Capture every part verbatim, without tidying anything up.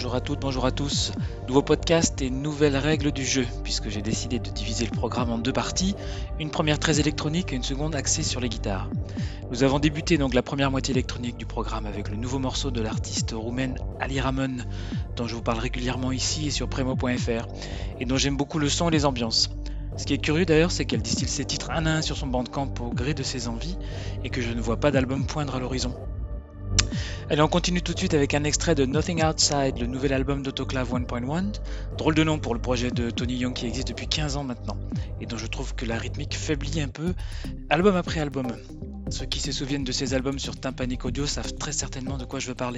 bonjour à toutes, bonjour à tous. Nouveau podcast et nouvelles règles du jeu, puisque j'ai décidé de diviser le programme en deux parties, une première très électronique et une seconde axée sur les guitares. Nous avons débuté donc la première moitié électronique du programme avec le nouveau morceau de l'artiste roumaine Ali Ramon, dont je vous parle régulièrement ici et sur Premo point F R, et dont j'aime beaucoup le son et les ambiances. Ce qui est curieux d'ailleurs, c'est qu'elle distille ses titres un à un sur son bandcamp au gré de ses envies, et que je ne vois pas d'album poindre à l'horizon. Allez, on continue tout de suite avec un extrait de Nothing Outside, le nouvel album d'Autoclave un point un. Drôle de nom pour le projet de Tony Young qui existe depuis quinze ans maintenant, et dont je trouve que la rythmique faiblit un peu, album après album. Ceux qui se souviennent de ces albums sur Tympanic Audio savent très certainement de quoi je veux parler.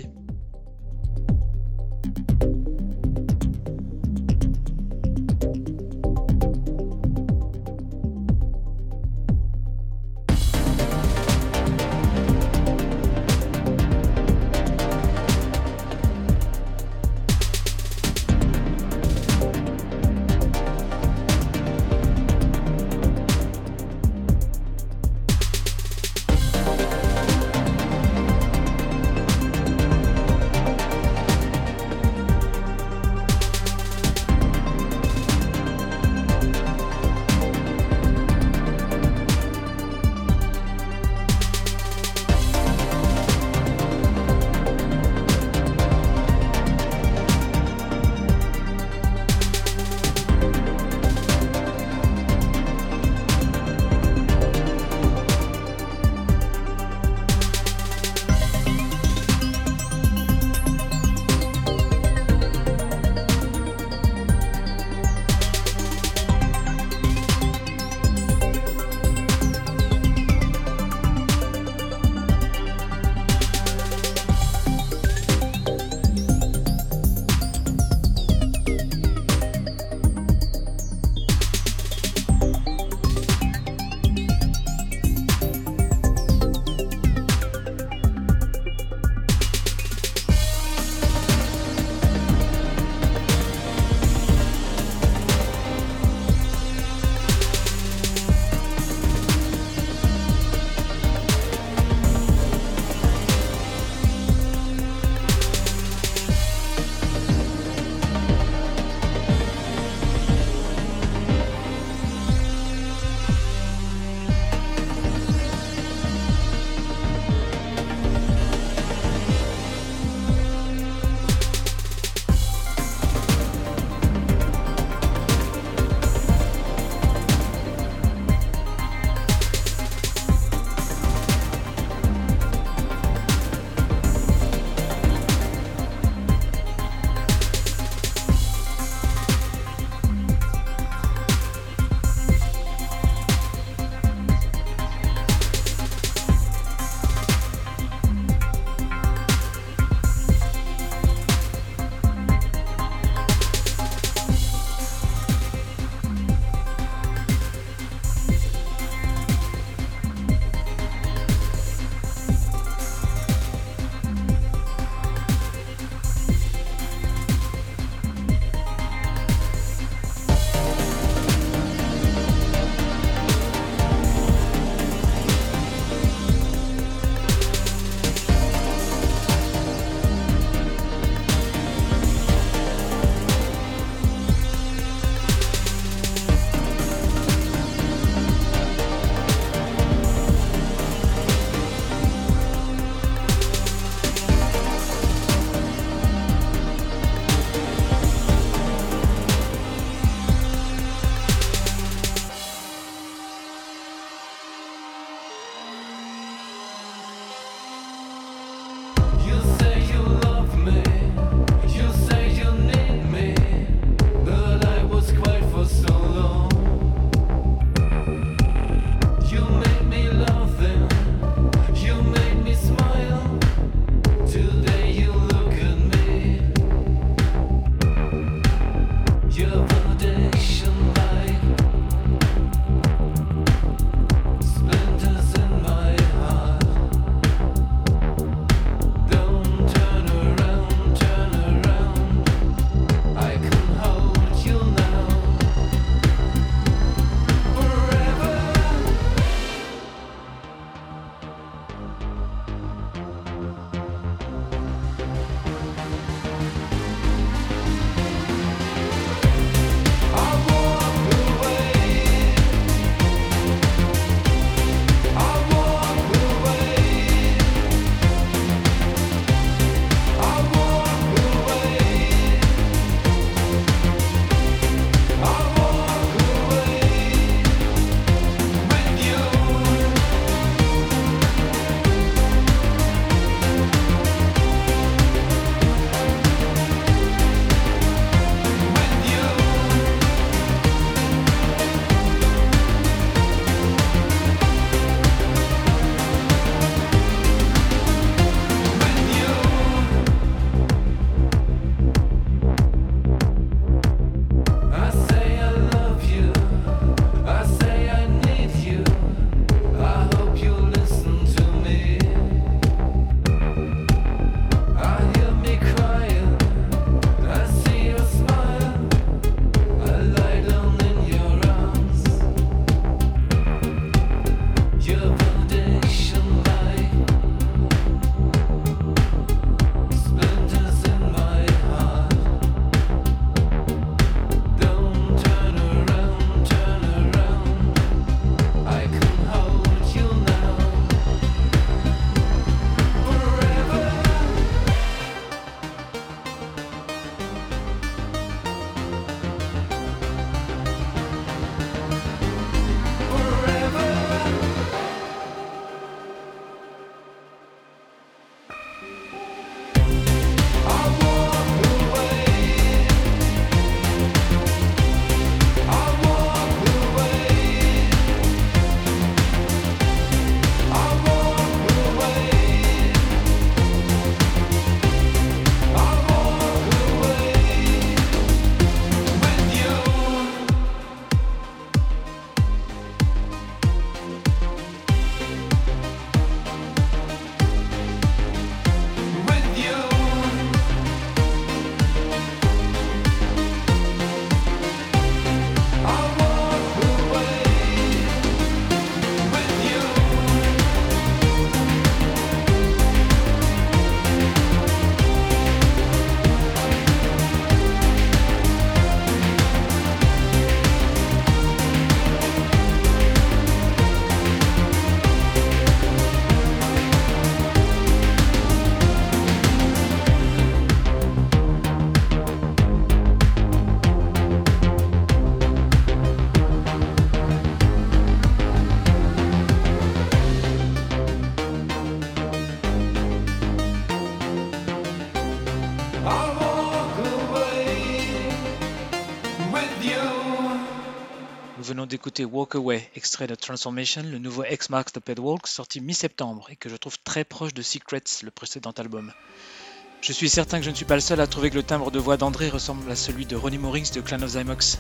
venons d'écouter Walk Away, extrait de Transformation, le nouveau X Marks the Pedwalk, sorti mi-septembre et que je trouve très proche de Secrets, le précédent album. Je suis certain que je ne suis pas le seul à trouver que le timbre de voix d'André ressemble à celui de Ronnie Morings de Clan of Zymox.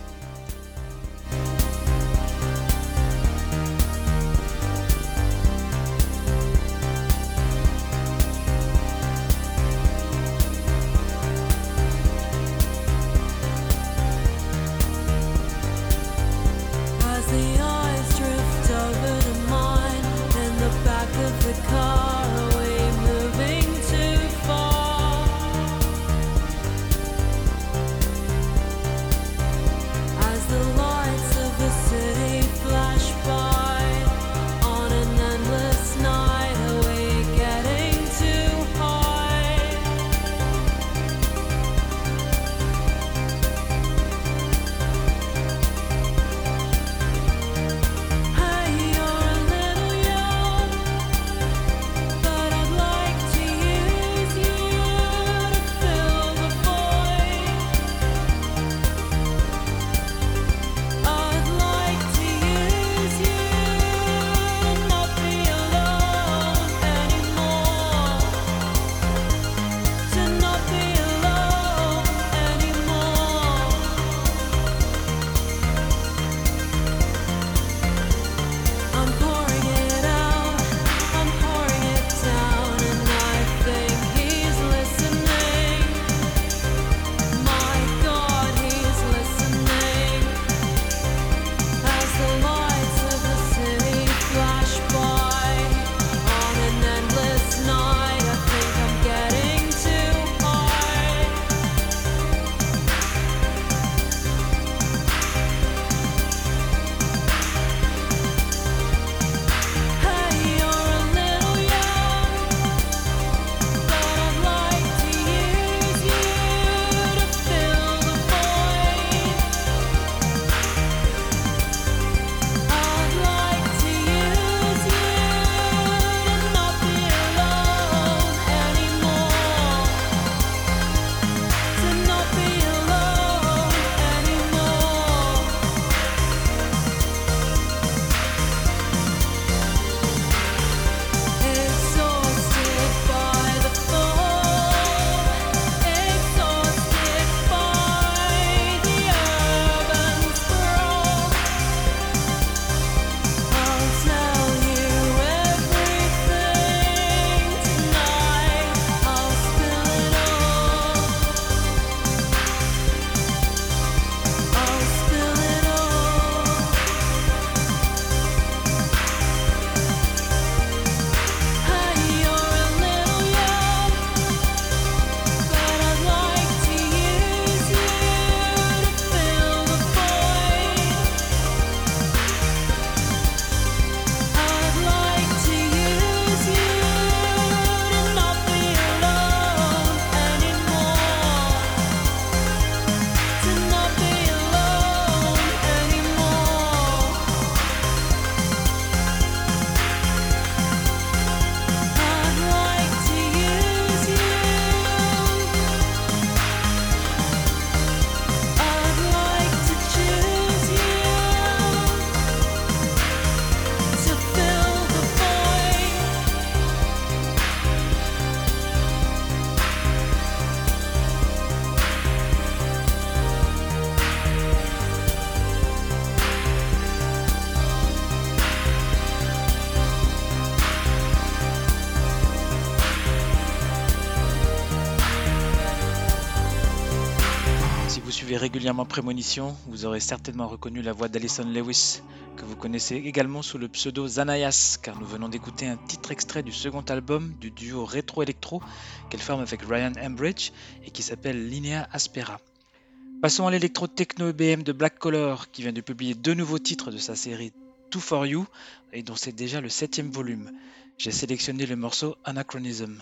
suivez régulièrement Prémonition, vous aurez certainement reconnu la voix d'Alison Lewis, que vous connaissez également sous le pseudo Zanayas, car nous venons d'écouter un titre extrait du second album du duo rétro-électro qu'elle forme avec Ryan Ambridge et qui s'appelle Linea Aspera. Passons à l'électro-techno E B M de Black Color, qui vient de publier deux nouveaux titres de sa série Two for You, et dont c'est déjà le septième volume. J'ai sélectionné le morceau Anachronism.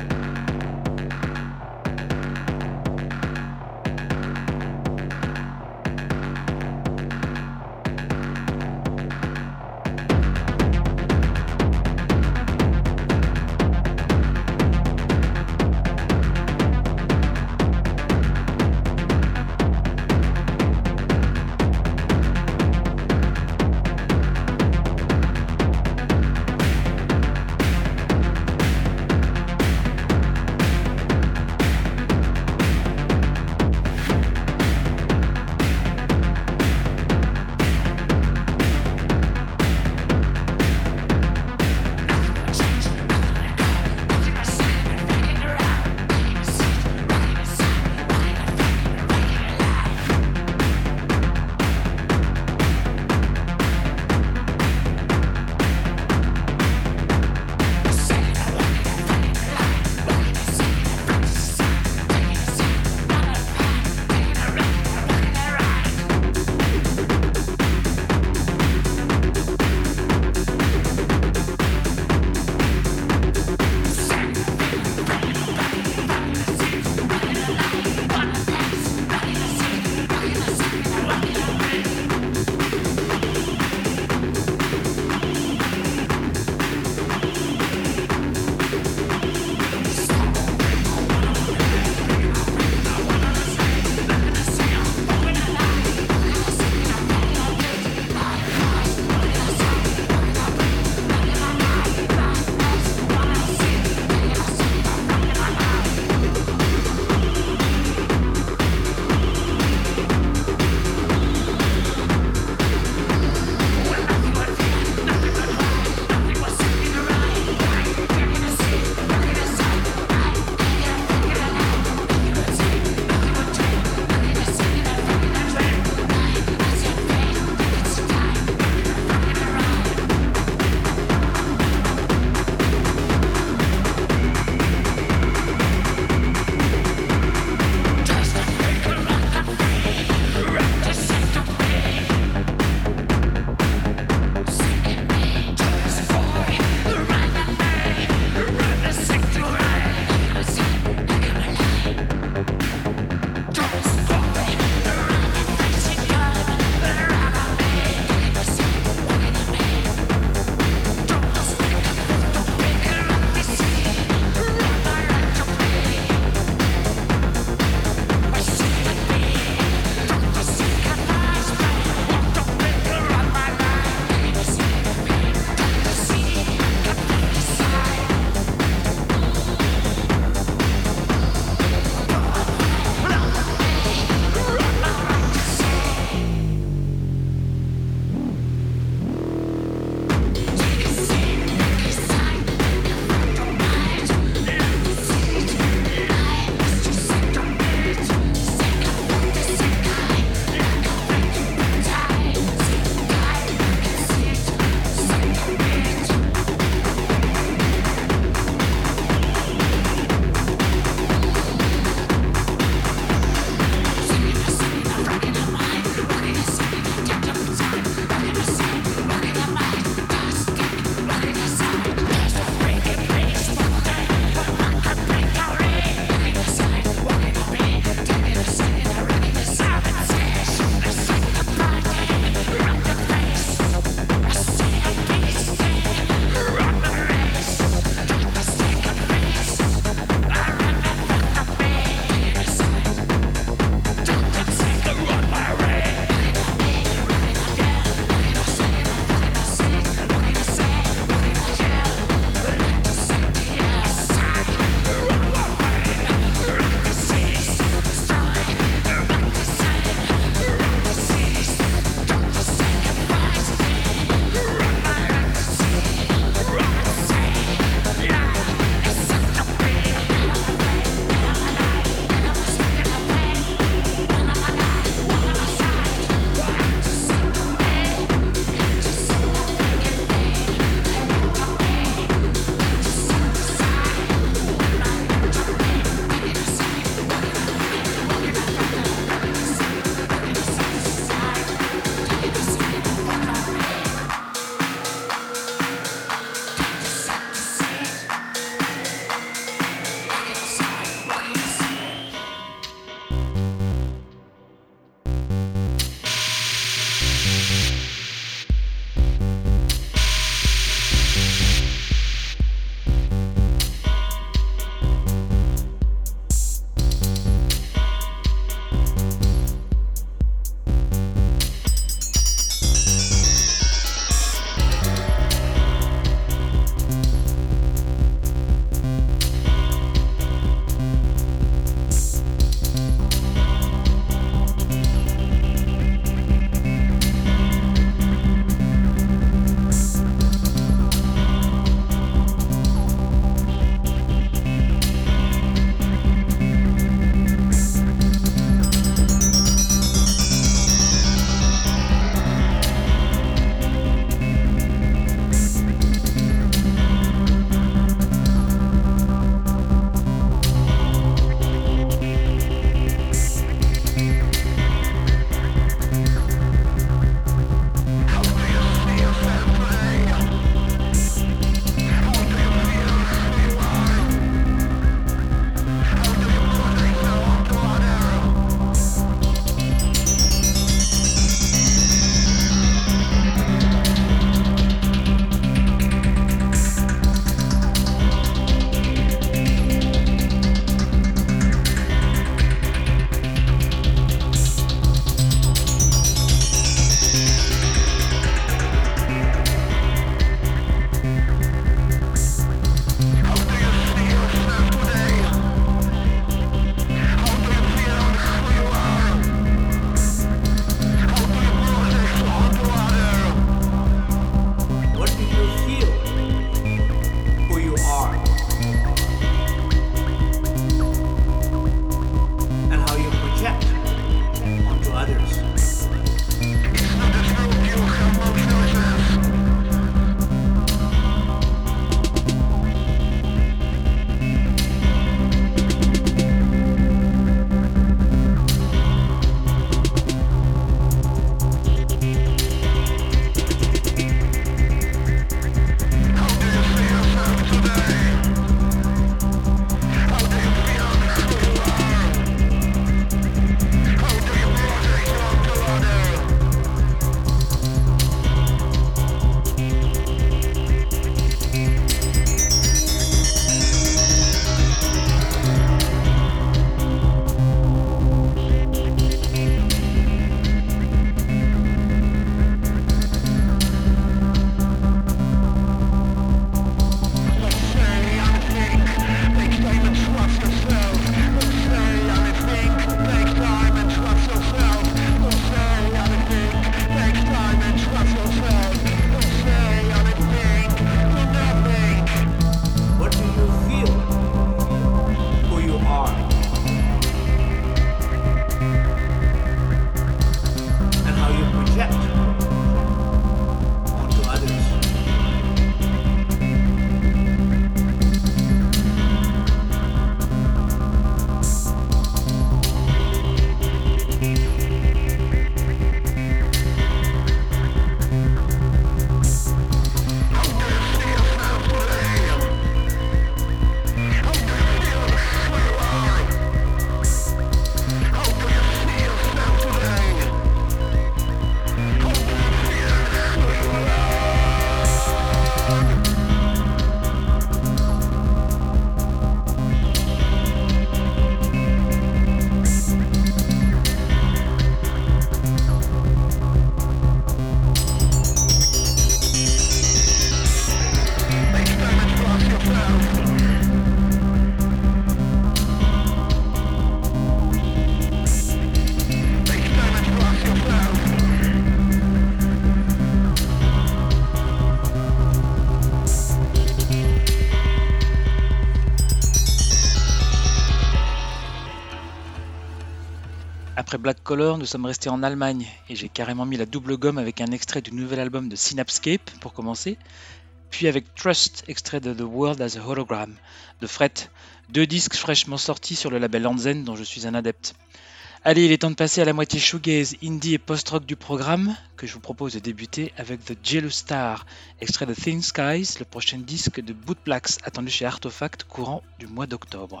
Après Black Color, nous sommes restés en Allemagne et j'ai carrément mis la double gomme avec un extrait du nouvel album de Synapscape pour commencer, puis avec Trust, extrait de The World as a Hologram de Fret, deux disques fraîchement sortis sur le label Anzen dont je suis un adepte. Allez, il est temps de passer à la moitié shoegaze, indie et post-rock du programme, que je vous propose de débuter avec The Jealous Star, extrait de Thin Skies, le prochain disque de Bootblacks attendu chez Artefact courant du mois d'octobre.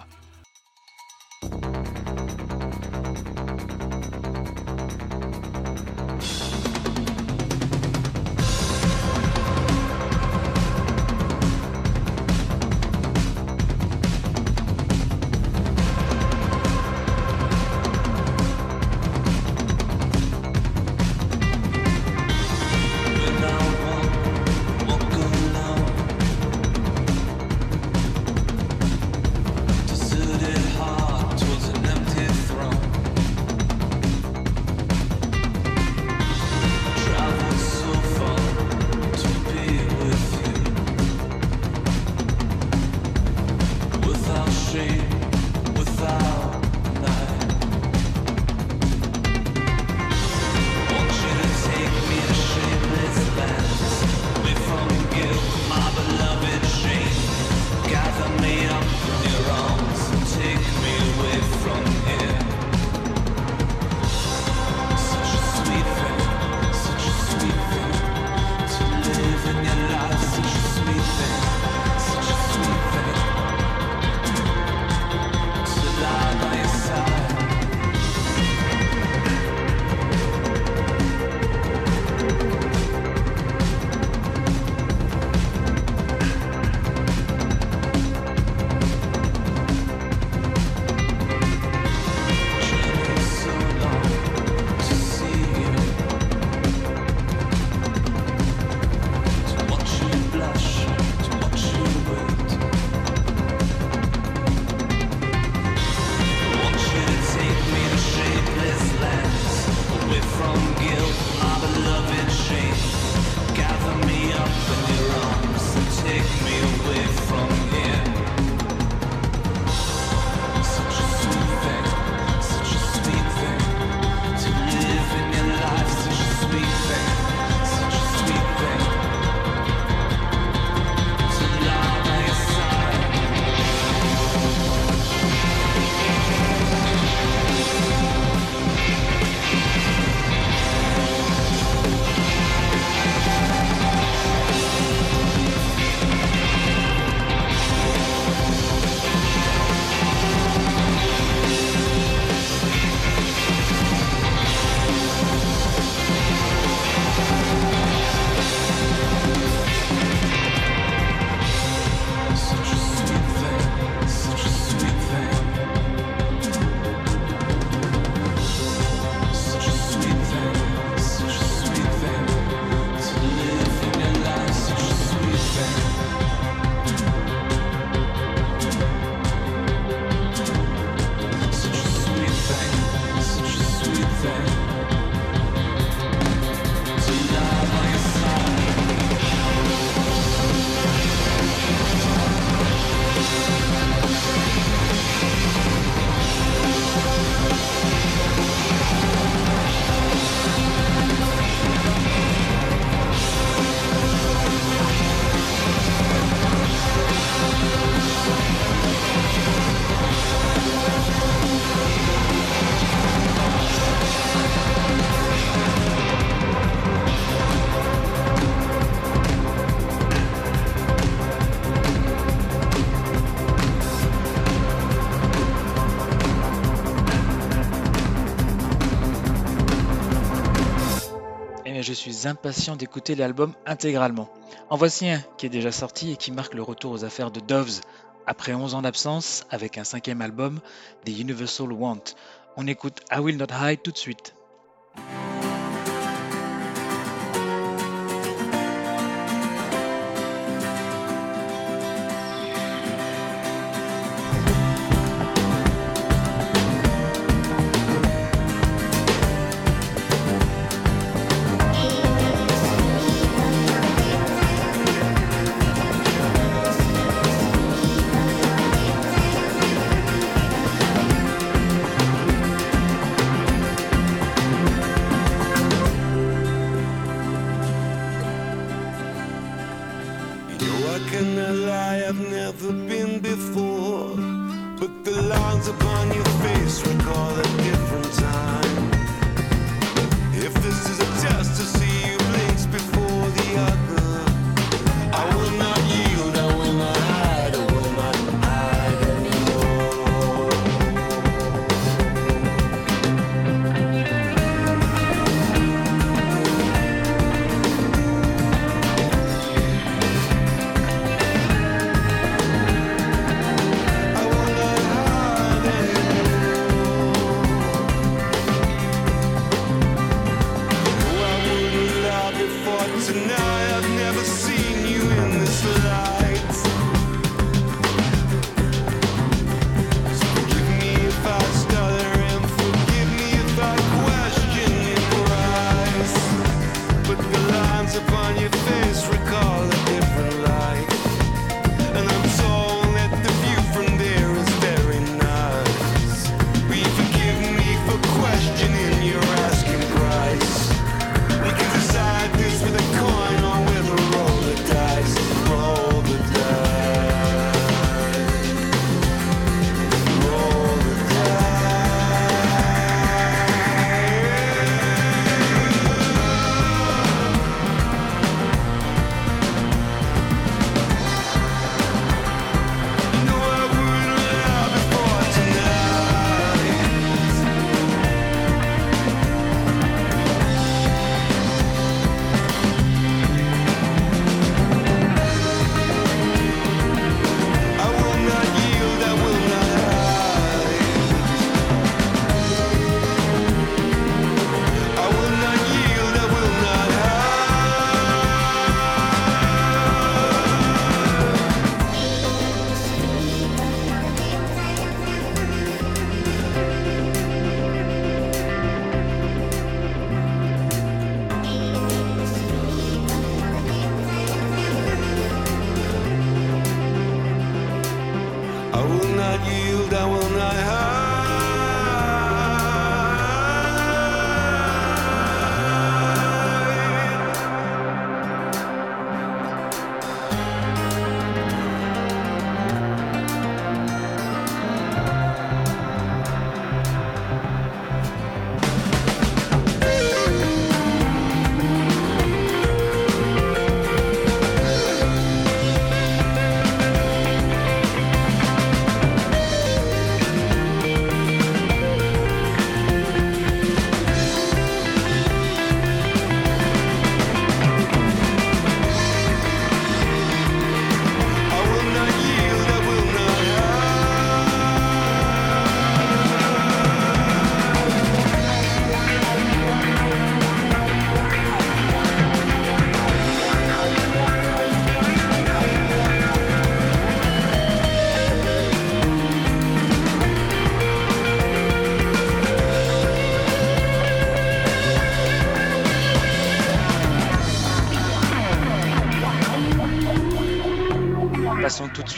Je suis impatient d'écouter l'album intégralement. En voici un qui est déjà sorti et qui marque le retour aux affaires de Doves, après onze ans d'absence, avec un cinquième album, The Universal Want. On écoute I Will Not Hide tout de suite.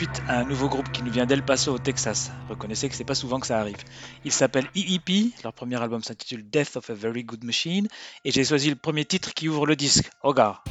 suite à un nouveau groupe qui nous vient d'El Paso au Texas. Reconnaissez que c'est pas souvent que ça arrive. Il s'appelle E E P, leur premier album s'intitule Death of a Very Good Machine, et j'ai choisi le premier titre qui ouvre le disque, Hogar.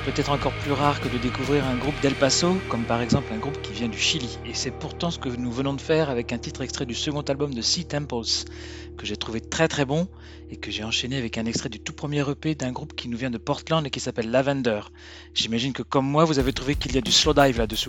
peut-être encore plus rare que de découvrir un groupe d'El Paso, comme par exemple un groupe qui vient du Chili. Et c'est pourtant ce que nous venons de faire avec un titre extrait du second album de Sea Temples, que j'ai trouvé très très bon, et que j'ai enchaîné avec un extrait du tout premier E P d'un groupe qui nous vient de Portland et qui s'appelle Lavender. J'imagine que comme moi, vous avez trouvé qu'il y a du slow dive là-dessous.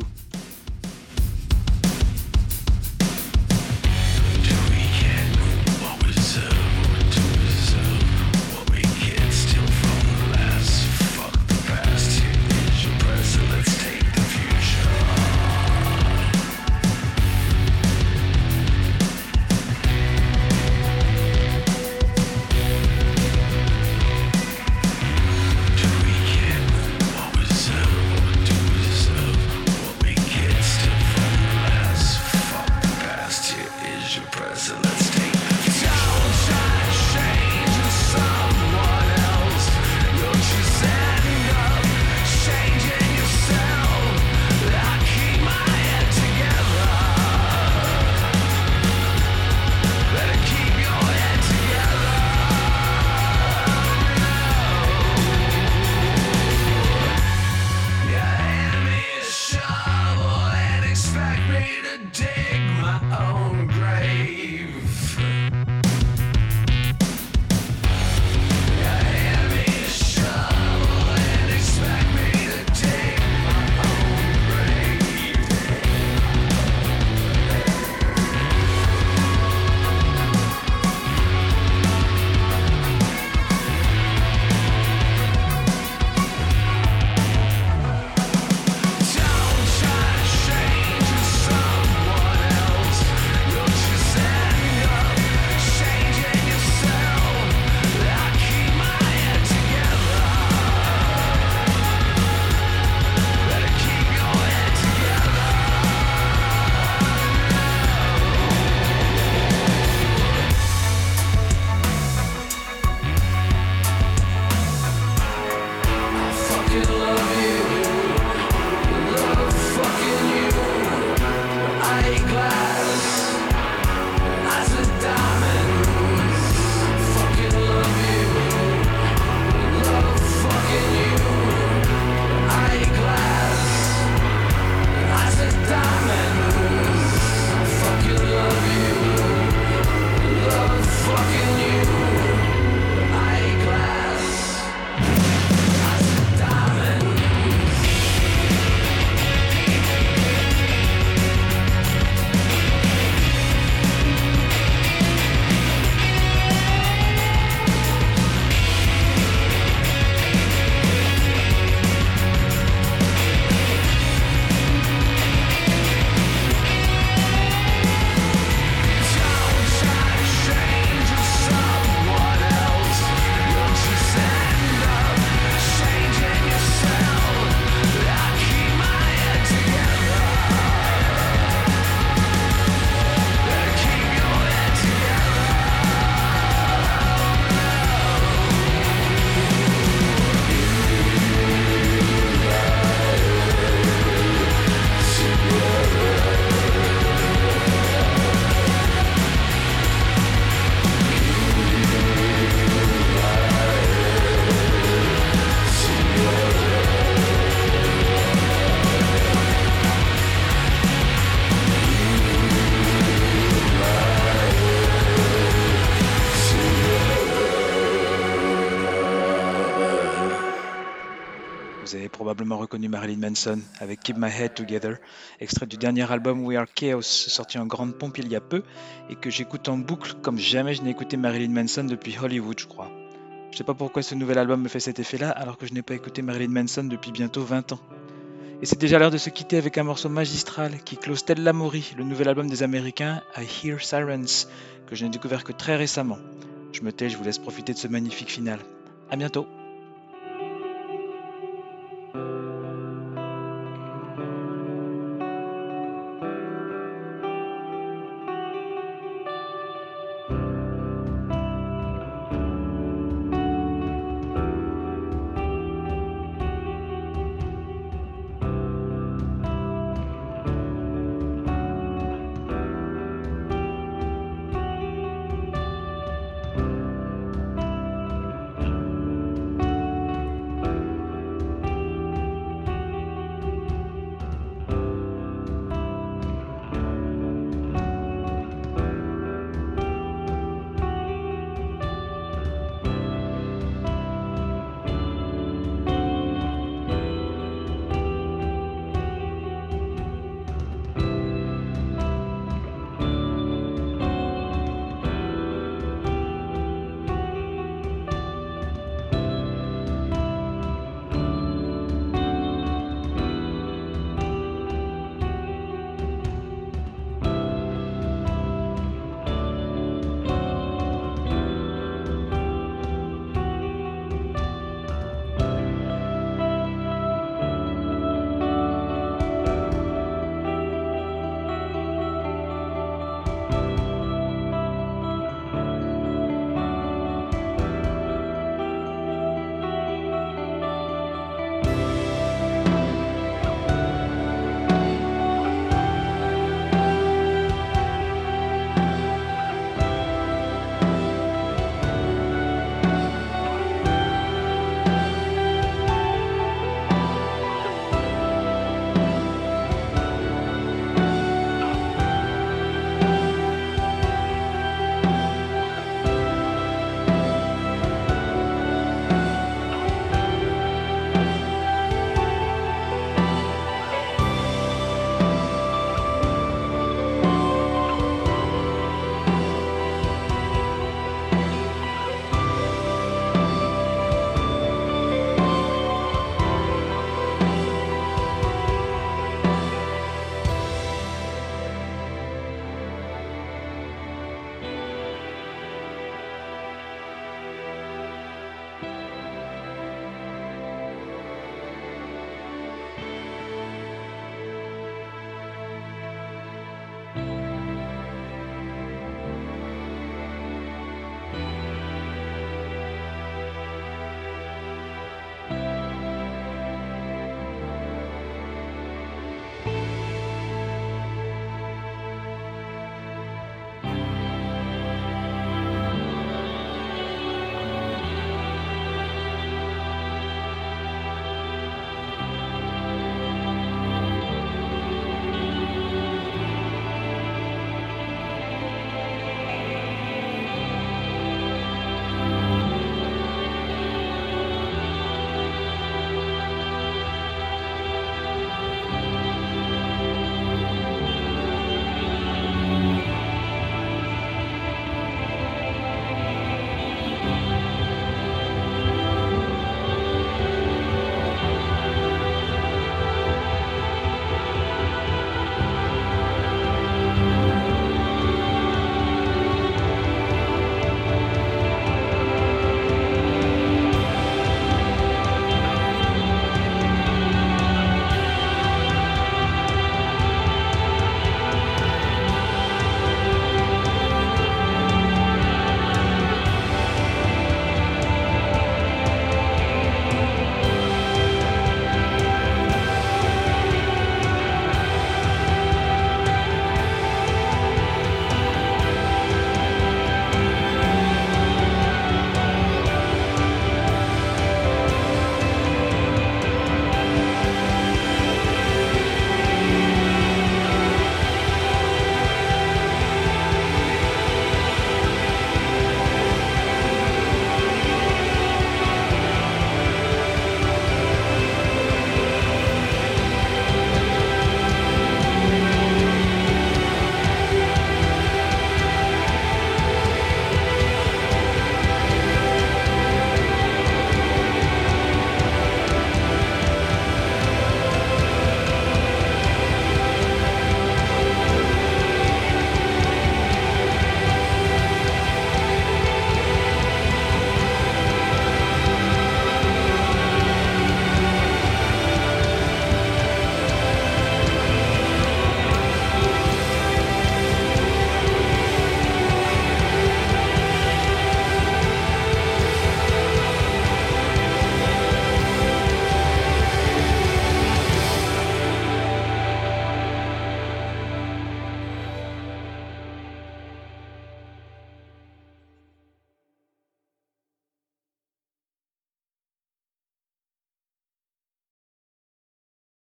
Vous avez probablement reconnu Marilyn Manson avec Keep My Head Together, extrait du dernier album We Are Chaos, sorti en grande pompe il y a peu, et que j'écoute en boucle comme jamais je n'ai écouté Marilyn Manson depuis Hollywood, je crois. Je sais pas pourquoi ce nouvel album me fait cet effet-là, alors que je n'ai pas écouté Marilyn Manson depuis bientôt vingt ans. Et c'est déjà l'heure de se quitter avec un morceau magistral qui close Tell Mori, le nouvel album des Américains I Hear Sirens, que je n'ai découvert que très récemment. Je me tais, je vous laisse profiter de ce magnifique final. À bientôt.